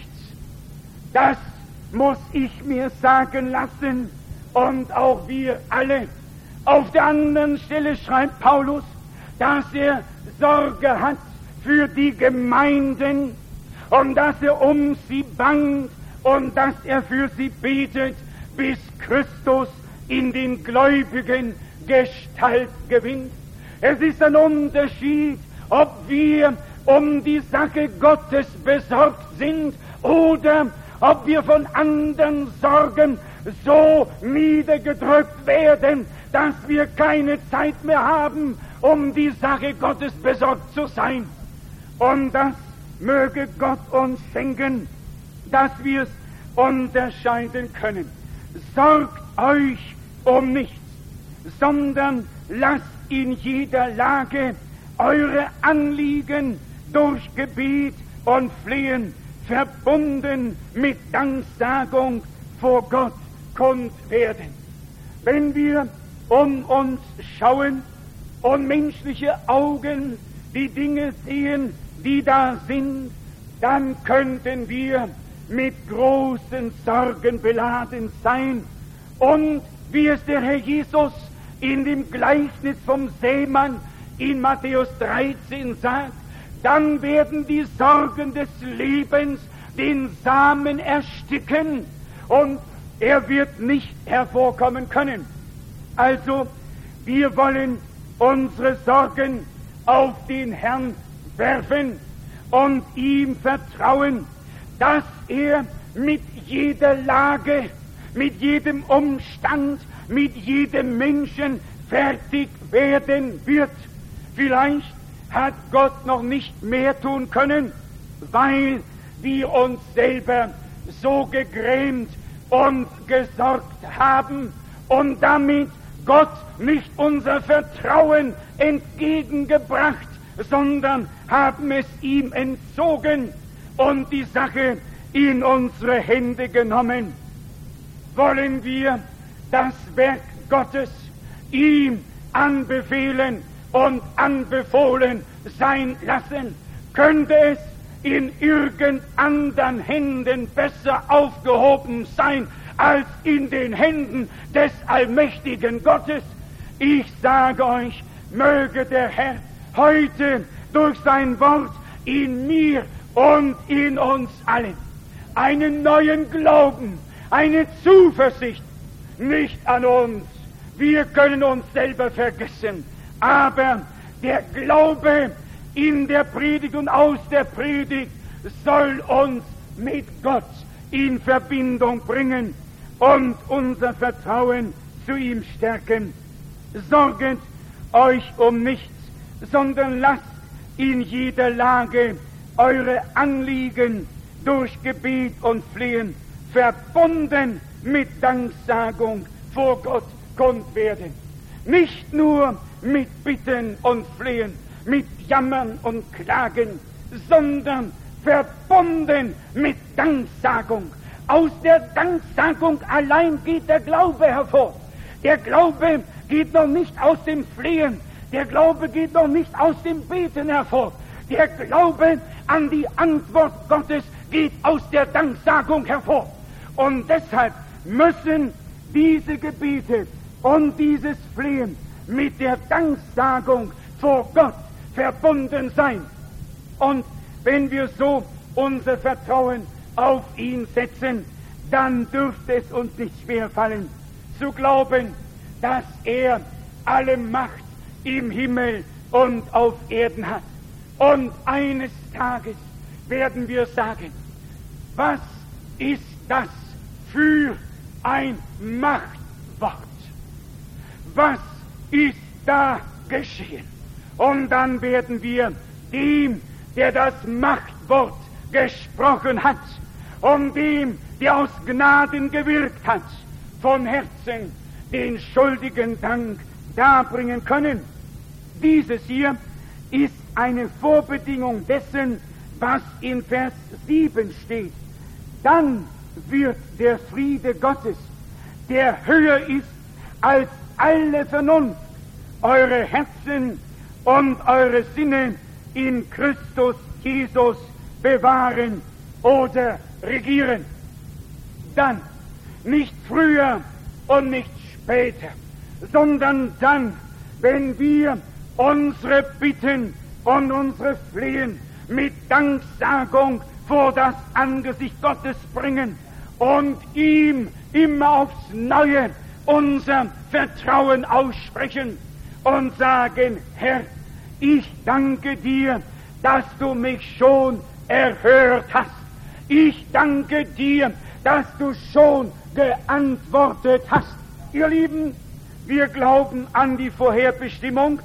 Das muss ich mir sagen lassen und auch wir alle. Auf der anderen Stelle schreibt Paulus, dass er Sorge hat für die Gemeinden und dass er um sie bangt und dass er für sie betet, bis Christus in den Gläubigen Gestalt gewinnt. Es ist ein Unterschied, ob wir um die Sache Gottes besorgt sind oder ob wir von anderen Sorgen so niedergedrückt werden, dass wir keine Zeit mehr haben, um die Sache Gottes besorgt zu sein. Und das möge Gott uns schenken, dass wir es unterscheiden können. Sorgt euch um nichts, sondern lasst in jeder Lage eure Anliegen durch Gebet und Flehen verbunden mit Danksagung vor Gott kund werden. Wenn wir um uns schauen und menschliche Augen die Dinge sehen, die da sind, dann könnten wir mit großen Sorgen beladen sein. Und wie es der Herr Jesus in dem Gleichnis vom Sämann in Matthäus dreizehn sagt, dann werden die Sorgen des Lebens den Samen ersticken und er wird nicht hervorkommen können. Also, wir wollen unsere Sorgen auf den Herrn werfen und ihm vertrauen, dass er mit jeder Lage, mit jedem Umstand, mit jedem Menschen fertig werden wird. Vielleicht hat Gott noch nicht mehr tun können, weil wir uns selber so gegrämt und gesorgt haben und damit Gott nicht unser Vertrauen entgegengebracht, sondern haben es ihm entzogen und die Sache in unsere Hände genommen. Wollen wir das Werk Gottes ihm anbefehlen und anbefohlen sein lassen? Könnte es in irgend anderen Händen besser aufgehoben sein als in den Händen des allmächtigen Gottes? Ich sage euch, möge der Herr heute durch sein Wort in mir und in uns allen einen neuen Glauben, eine Zuversicht, nicht an uns, wir können uns selber vergessen, aber der Glaube in der Predigt und aus der Predigt soll uns mit Gott in Verbindung bringen und unser Vertrauen zu ihm stärken. Sorget euch um nichts, sondern lasst in jeder Lage eure Anliegen durch Gebet und Flehen verbunden mit Danksagung vor Gott kund werden. Nicht nur mit Bitten und Flehen, mit Jammern und Klagen, sondern verbunden mit Danksagung. Aus der Danksagung allein geht der Glaube hervor. Der Glaube geht noch nicht aus dem Flehen, der Glaube geht noch nicht aus dem Beten hervor. Der Glaube an die Antwort Gottes geht aus der Danksagung hervor. Und deshalb müssen diese Gebete und dieses Flehen mit der Danksagung vor Gott verbunden sein. Und wenn wir so unser Vertrauen auf ihn setzen, dann dürfte es uns nicht schwerfallen, zu glauben, dass er alle Macht im Himmel und auf Erden hat. Und eines Tages werden wir sagen, was ist das für ein Machtwort? Was ist da geschehen? Und dann werden wir dem, der das Machtwort gesprochen hat, und dem, der aus Gnaden gewirkt hat, von Herzen den schuldigen Dank darbringen können. Dieses hier ist eine Vorbedingung dessen, was in Vers sieben steht. Dann wird der Friede Gottes, der höher ist als alle Vernunft, eure Herzen und eure Sinne in Christus Jesus bewahren oder regieren. Dann, nicht früher und nicht später, sondern dann, wenn wir unsere Bitten und unsere Flehen mit Danksagung vor das Angesicht Gottes bringen und ihm immer aufs Neue unser Vertrauen aussprechen und sagen, Herr, ich danke dir, dass du mich schon erhört hast. Ich danke dir, dass du schon geantwortet hast. Ihr Lieben, wir glauben an die Vorherbestimmung,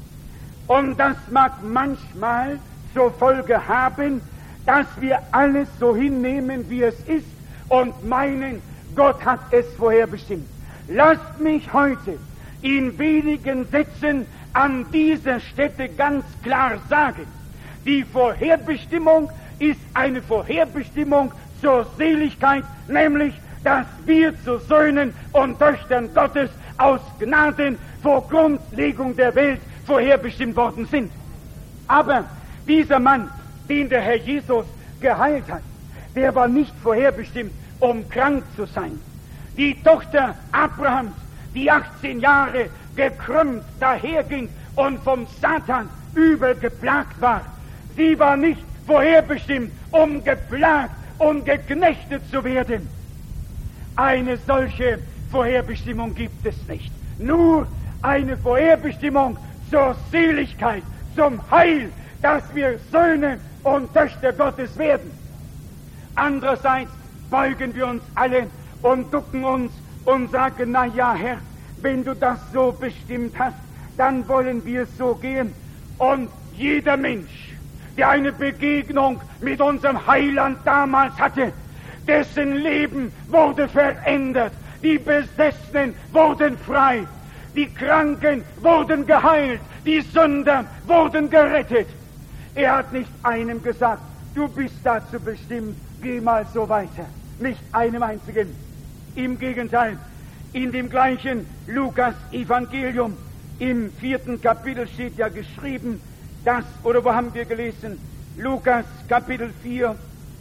und das mag manchmal zur Folge haben, dass wir alles so hinnehmen, wie es ist, und meinen, Gott hat es vorherbestimmt. Lasst mich heute in wenigen Sätzen an dieser Stätte ganz klar sagen, die Vorherbestimmung ist eine Vorherbestimmung zur Seligkeit, nämlich, dass wir zu Söhnen und Töchtern Gottes aus Gnaden vor Grundlegung der Welt vorherbestimmt worden sind. Aber dieser Mann, den der Herr Jesus geheilt hat, der war nicht vorherbestimmt, um krank zu sein. Die Tochter Abrahams, die achtzehn Jahre gekrümmt daherging und vom Satan übel geplagt war, sie war nicht vorherbestimmt, um geplagt und geknechtet zu werden. Eine solche Vorherbestimmung gibt es nicht. Nur eine Vorherbestimmung zur Seligkeit, zum Heil, dass wir Söhne und Töchter Gottes werden. Andererseits beugen wir uns alle und ducken uns und sagen, na ja, Herr, wenn du das so bestimmt hast, dann wollen wir so gehen. Und jeder Mensch, der eine Begegnung mit unserem Heiland damals hatte, dessen Leben wurde verändert, die Besessenen wurden frei, die Kranken wurden geheilt, die Sünder wurden gerettet. Er hat nicht einem gesagt, du bist dazu bestimmt, geh mal so weiter. Nicht einem einzigen. Im Gegenteil, in dem gleichen Lukas-Evangelium, im vierten Kapitel steht ja geschrieben, dass, oder wo haben wir gelesen? Lukas Kapitel vier,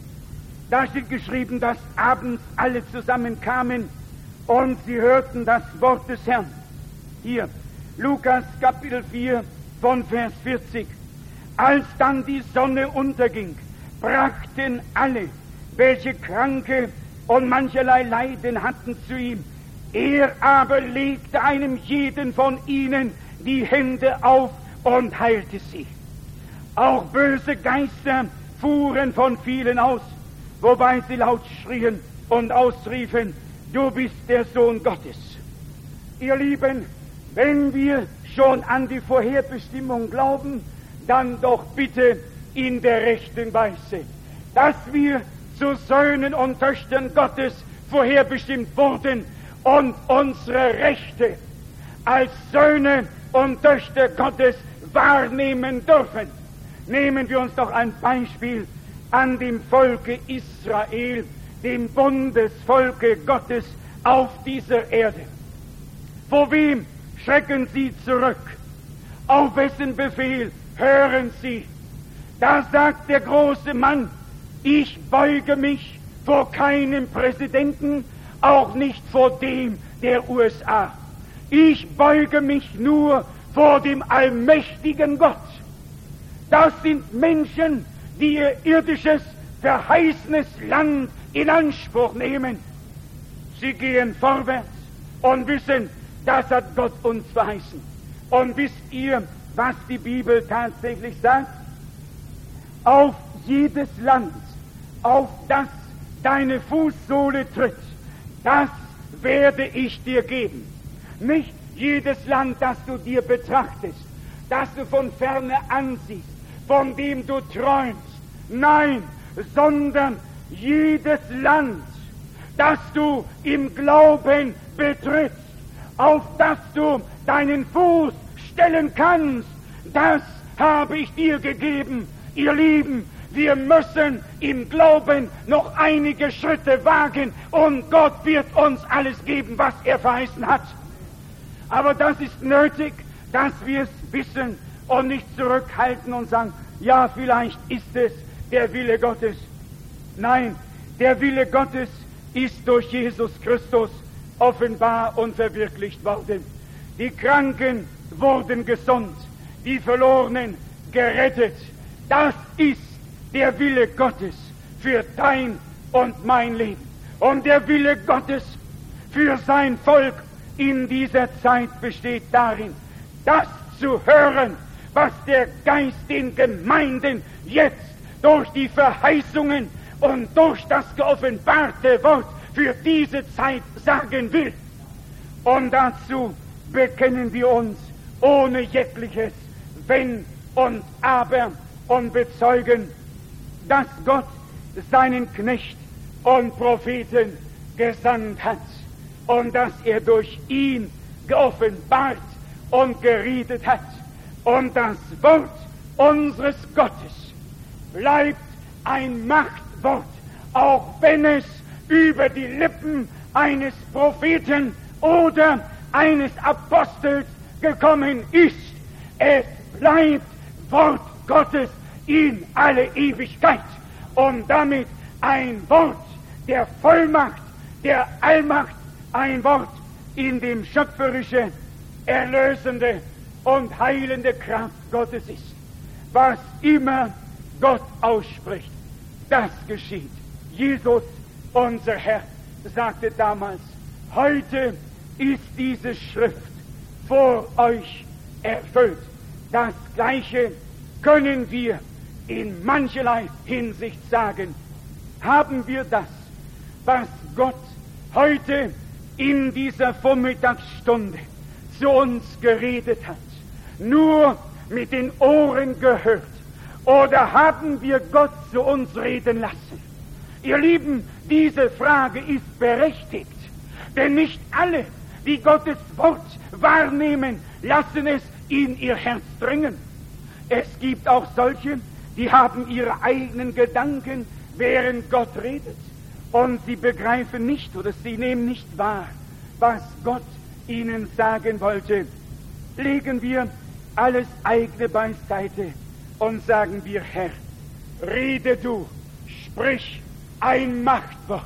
da steht geschrieben, dass abends alle zusammenkamen und sie hörten das Wort des Herrn. Hier, Lukas Kapitel vier von Vers vierzig. Als dann die Sonne unterging, brachten alle, welche Kranke und mancherlei Leiden hatten, zu ihm. Er aber legte einem jeden von ihnen die Hände auf und heilte sie. Auch böse Geister fuhren von vielen aus, wobei sie laut schrien und ausriefen, du bist der Sohn Gottes. Ihr Lieben, wenn wir schon an die Vorherbestimmung glauben, dann doch bitte in der rechten Weise, dass wir zu Söhnen und Töchtern Gottes vorherbestimmt wurden und unsere Rechte als Söhne und Töchter Gottes wahrnehmen dürfen. Nehmen wir uns doch ein Beispiel an dem Volke Israel, dem Bundesvolke Gottes auf dieser Erde. Vor wem schrecken sie zurück? Auf wessen Befehl hören sie? Da sagt der große Mann, ich beuge mich vor keinem Präsidenten, auch nicht vor dem der U S A. Ich beuge mich nur vor dem allmächtigen Gott. Das sind Menschen, die ihr irdisches, verheißenes Land in Anspruch nehmen. Sie gehen vorwärts und wissen, das hat Gott uns verheißen. Und wisst ihr, was die Bibel tatsächlich sagt? Auf jedes Land, auf das deine Fußsohle tritt, das werde ich dir geben. Nicht jedes Land, das du dir betrachtest, das du von ferne ansiehst, von dem du träumst. Nein, sondern jedes Land, das du im Glauben betrittst, auf das du deinen Fuß stellen kannst, das habe ich dir gegeben. Ihr Lieben, wir müssen im Glauben noch einige Schritte wagen und Gott wird uns alles geben, was er verheißen hat. Aber das ist nötig, dass wir es wissen und nicht zurückhalten und sagen, ja, vielleicht ist es der Wille Gottes. Nein, der Wille Gottes ist durch Jesus Christus offenbar und verwirklicht worden. Die Kranken wurden gesund, die Verlorenen gerettet. Das ist der Wille Gottes für dein und mein Leben. Und der Wille Gottes für sein Volk in dieser Zeit besteht darin, das zu hören, was der Geist den Gemeinden jetzt durch die Verheißungen und durch das geoffenbarte Wort für diese Zeit sagen will. Und dazu bekennen wir uns ohne jegliches Wenn und Aber und bezeugen, dass Gott seinen Knecht und Propheten gesandt hat und dass er durch ihn geoffenbart und geredet hat. Und das Wort unseres Gottes bleibt ein Machtwort, auch wenn es über die Lippen eines Propheten oder eines Apostels gekommen ist. Es bleibt Wort Gottes in alle Ewigkeit und damit ein Wort der Vollmacht, der Allmacht, ein Wort, in dem schöpferische, erlösende und heilende Kraft Gottes ist. Was immer Gott ausspricht, das geschieht. Jesus, unser Herr, sagte damals, heute ist diese Schrift vor euch erfüllt. Das Gleiche können wir in mancherlei Hinsicht sagen. Haben wir das, was Gott heute in dieser Vormittagsstunde zu uns geredet hat, nur mit den Ohren gehört? Oder haben wir Gott zu uns reden lassen? Ihr Lieben, diese Frage ist berechtigt, denn nicht alle, die Gottes Wort wahrnehmen, lassen es in ihr Herz dringen. Es gibt auch solche, die haben ihre eigenen Gedanken, während Gott redet, und sie begreifen nicht oder sie nehmen nicht wahr, was Gott ihnen sagen wollte. Legen wir alles eigene beiseite und sagen wir, Herr, rede du, sprich ein Machtwort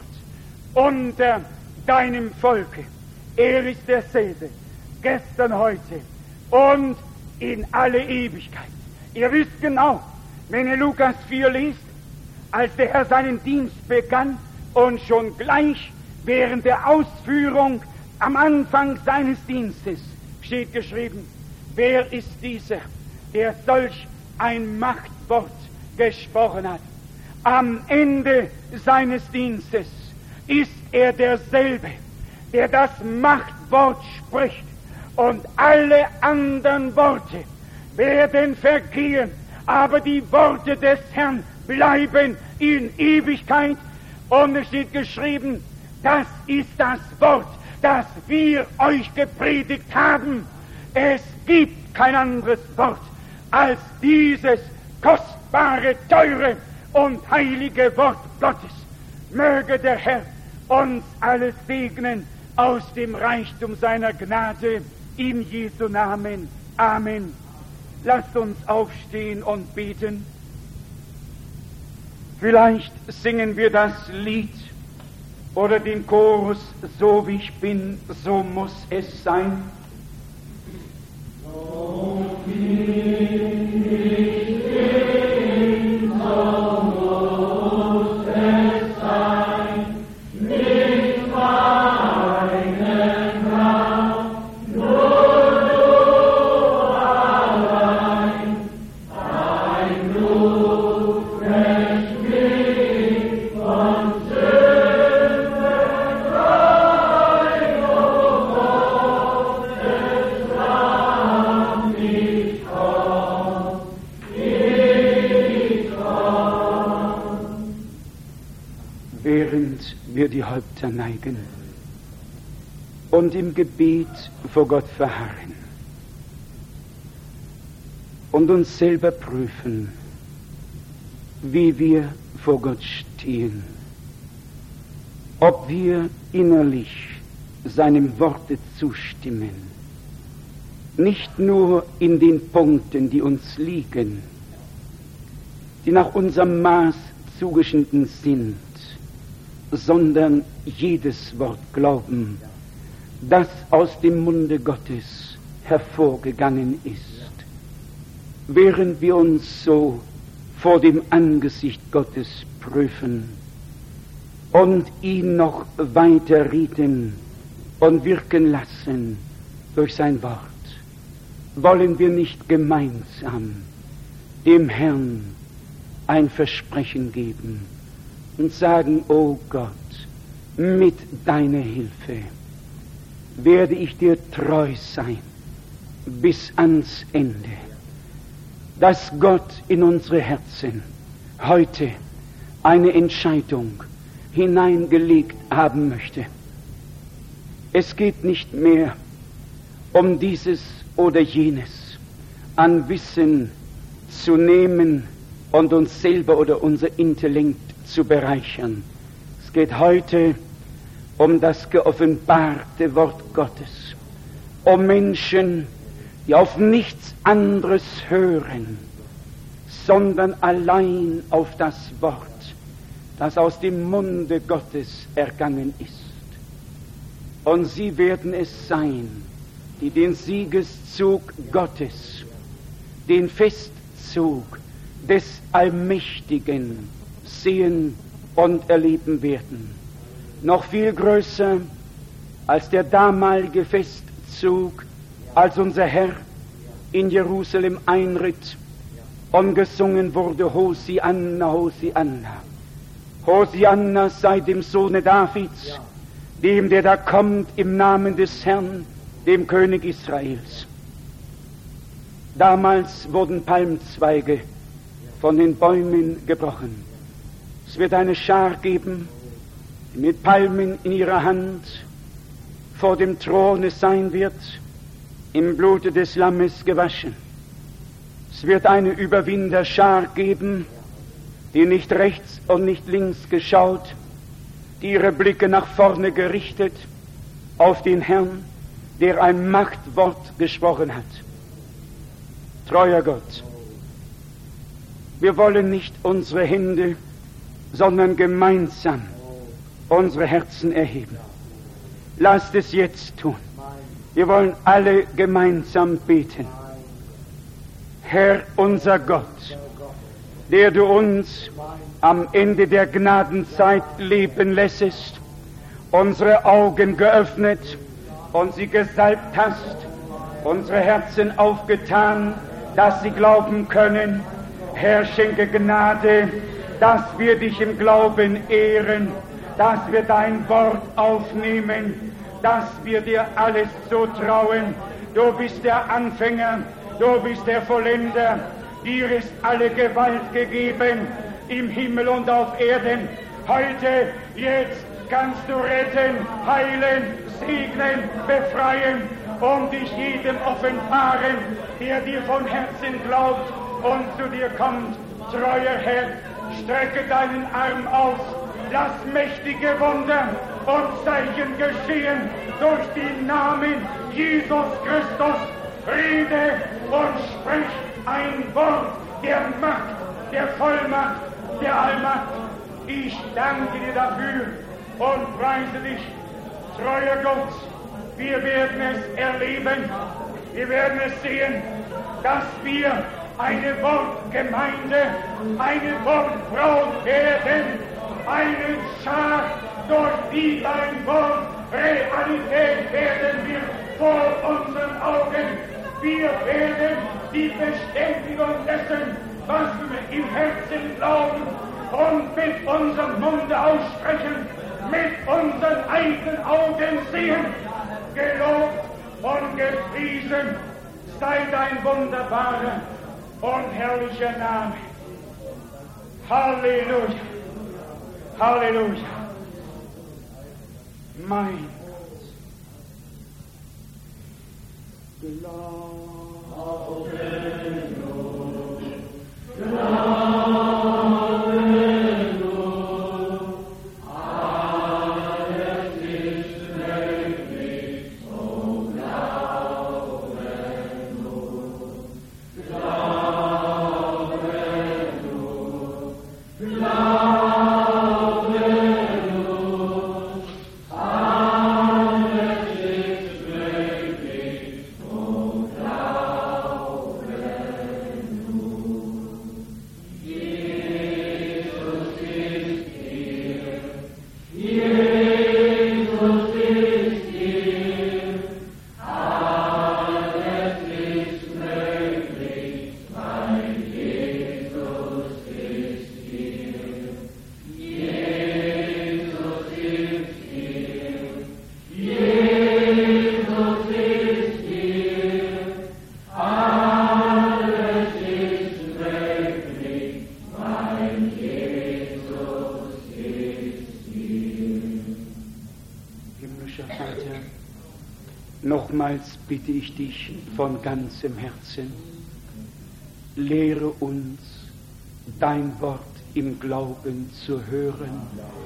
unter deinem Volke. Er ist derselbe, gestern, heute und in alle Ewigkeit. Ihr wisst genau, wenn ihr Lukas vier liest, als der Herr seinen Dienst begann und schon gleich während der Ausführung am Anfang seines Dienstes steht geschrieben, wer ist dieser, der solch ein Machtwort Machtwort gesprochen hat. Am Ende seines Dienstes ist er derselbe, der das Machtwort spricht, und alle anderen Worte werden vergehen, aber die Worte des Herrn bleiben in Ewigkeit. Und es steht geschrieben, das ist das Wort, das wir euch gepredigt haben. Es gibt kein anderes Wort als dieses kostbare, teure und heilige Wort Gottes. Möge der Herr uns alles segnen aus dem Reichtum seiner Gnade, in Jesu Namen. Amen. Lasst uns aufstehen und beten. Vielleicht singen wir das Lied oder den Chorus, so wie ich bin, so muss es sein. So bin ich bin, so muss es sein, nicht meinen Traum, nur du allein, dein Blut wäscht mich von Sünden rein, o Gott, es Lamm, ich komm, ich komm. Während wir die Häupter neigen und im Gebet vor Gott verharren und uns selber prüfen, wie wir vor Gott stehen, ob wir innerlich seinem Worte zustimmen, nicht nur in den Punkten, die uns liegen, die nach unserem Maß zugeschnitten sind, sondern jedes Wort glauben, das aus dem Munde Gottes hervorgegangen ist. Während wir uns so vor dem Angesicht Gottes prüfen und ihn noch weiter rieten und wirken lassen durch sein Wort, wollen wir nicht gemeinsam dem Herrn ein Versprechen geben und sagen, o Gott, mit deiner Hilfe werde ich dir treu sein bis ans Ende, dass Gott in unsere Herzen heute eine Entscheidung hineingelegt haben möchte. Es geht nicht mehr um dieses oder jenes an Wissen zu nehmen und uns selber oder unser Intellekt zu bereichern. Es geht heute um das geoffenbarte Wort Gottes, um Menschen, die auf nichts anderes hören, sondern allein auf das Wort, das aus dem Munde Gottes ergangen ist. Und sie werden es sein, die den Siegeszug Gottes, den Festzug des Allmächtigen sehen und erleben werden. Noch viel größer als der damalige Festzug, als unser Herr in Jerusalem einritt und gesungen wurde, Hosianna, Hosianna. Hosianna sei dem Sohne Davids, dem, der da kommt im Namen des Herrn, dem König Israels. Damals wurden Palmzweige von den Bäumen gebrochen. Es wird eine Schar geben, die mit Palmen in ihrer Hand vor dem Throne sein wird, im Blute des Lammes gewaschen. Es wird eine Überwinderschar geben, die nicht rechts und nicht links geschaut, die ihre Blicke nach vorne gerichtet auf den Herrn, der ein Machtwort gesprochen hat. Treuer Gott, wir wollen nicht unsere Hände, sondern gemeinsam unsere Herzen erheben. Lasst es jetzt tun. Wir wollen alle gemeinsam beten. Herr unser Gott, der du uns am Ende der Gnadenzeit leben lässest, unsere Augen geöffnet und sie gesalbt hast, unsere Herzen aufgetan, dass sie glauben können. Herr, schenke Gnade, dass wir dich im Glauben ehren, dass wir dein Wort aufnehmen, dass wir dir alles zutrauen. Du bist der Anfänger, du bist der Vollender, dir ist alle Gewalt gegeben, im Himmel und auf Erden. Heute, jetzt kannst du retten, heilen, segnen, befreien und dich jedem offenbaren, der dir von Herzen glaubt und zu dir kommt. Treuer Herr, strecke deinen Arm aus, lass mächtige Wunder und Zeichen geschehen durch den Namen Jesus Christus. Rede und sprich ein Wort der Macht, der Vollmacht, der Allmacht. Ich danke dir dafür und preise dich, treuer Gott. Wir werden es erleben, wir werden es sehen, dass wir eine Wortgemeinde, eine Wortbraut werden, eine Schar, durch die dein Wort Realität werden wird vor unseren Augen. Wir werden die Bestätigung dessen, was wir im Herzen glauben und mit unserem Munde aussprechen, mit unseren eigenen Augen sehen. Gelobt und gepriesen sei dein wunderbarer und herrlicher Name. Halleluja, Halleluja. Mein Gott. Glauben, Glauben. Nochmals bitte ich dich von ganzem Herzen, lehre uns, dein Wort im Glauben zu hören.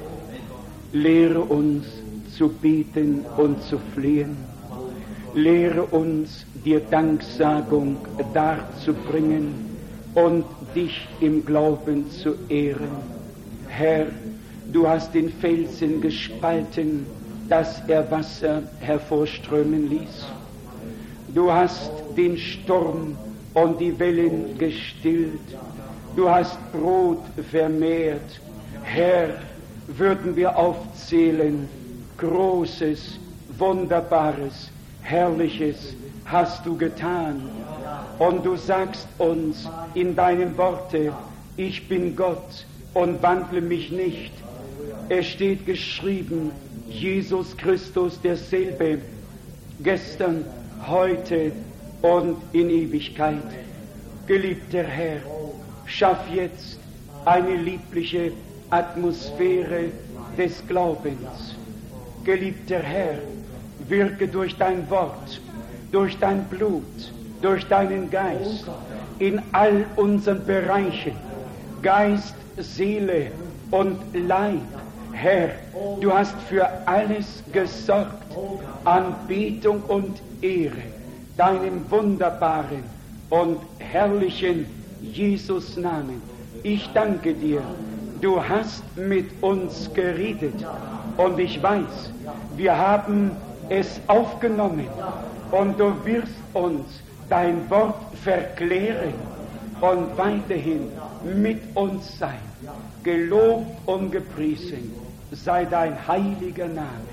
Lehre uns zu beten und zu flehen. Lehre uns, dir Danksagung darzubringen und dich im Glauben zu ehren. Herr, du hast den Felsen gespalten, dass er Wasser hervorströmen ließ. Du hast den Sturm und die Wellen gestillt. Du hast Brot vermehrt. Herr, würden wir aufzählen, Großes, Wunderbares, Herrliches hast du getan. Und du sagst uns in deinem Worte, ich bin Gott und wandle mich nicht. Es steht geschrieben, Jesus Christus derselbe, gestern, heute und in Ewigkeit. Geliebter Herr, schaff jetzt eine liebliche Atmosphäre des Glaubens. Geliebter Herr, wirke durch dein Wort, durch dein Blut, durch deinen Geist in all unseren Bereichen, Geist, Seele und Leib. Herr, du hast für alles gesorgt, Anbetung und Ehre, deinem wunderbaren und herrlichen Jesus-Namen. Ich danke dir, du hast mit uns geredet und ich weiß, wir haben es aufgenommen und du wirst uns dein Wort verklären und weiterhin mit uns sein. Gelobt und gepriesen sei dein heiliger Name.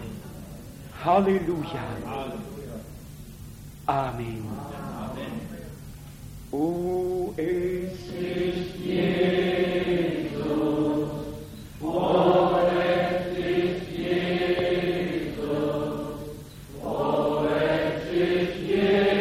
Halleluja. Amen. O, es ist Jesus, oh, es ist Jesus, oh, es ist Jesus.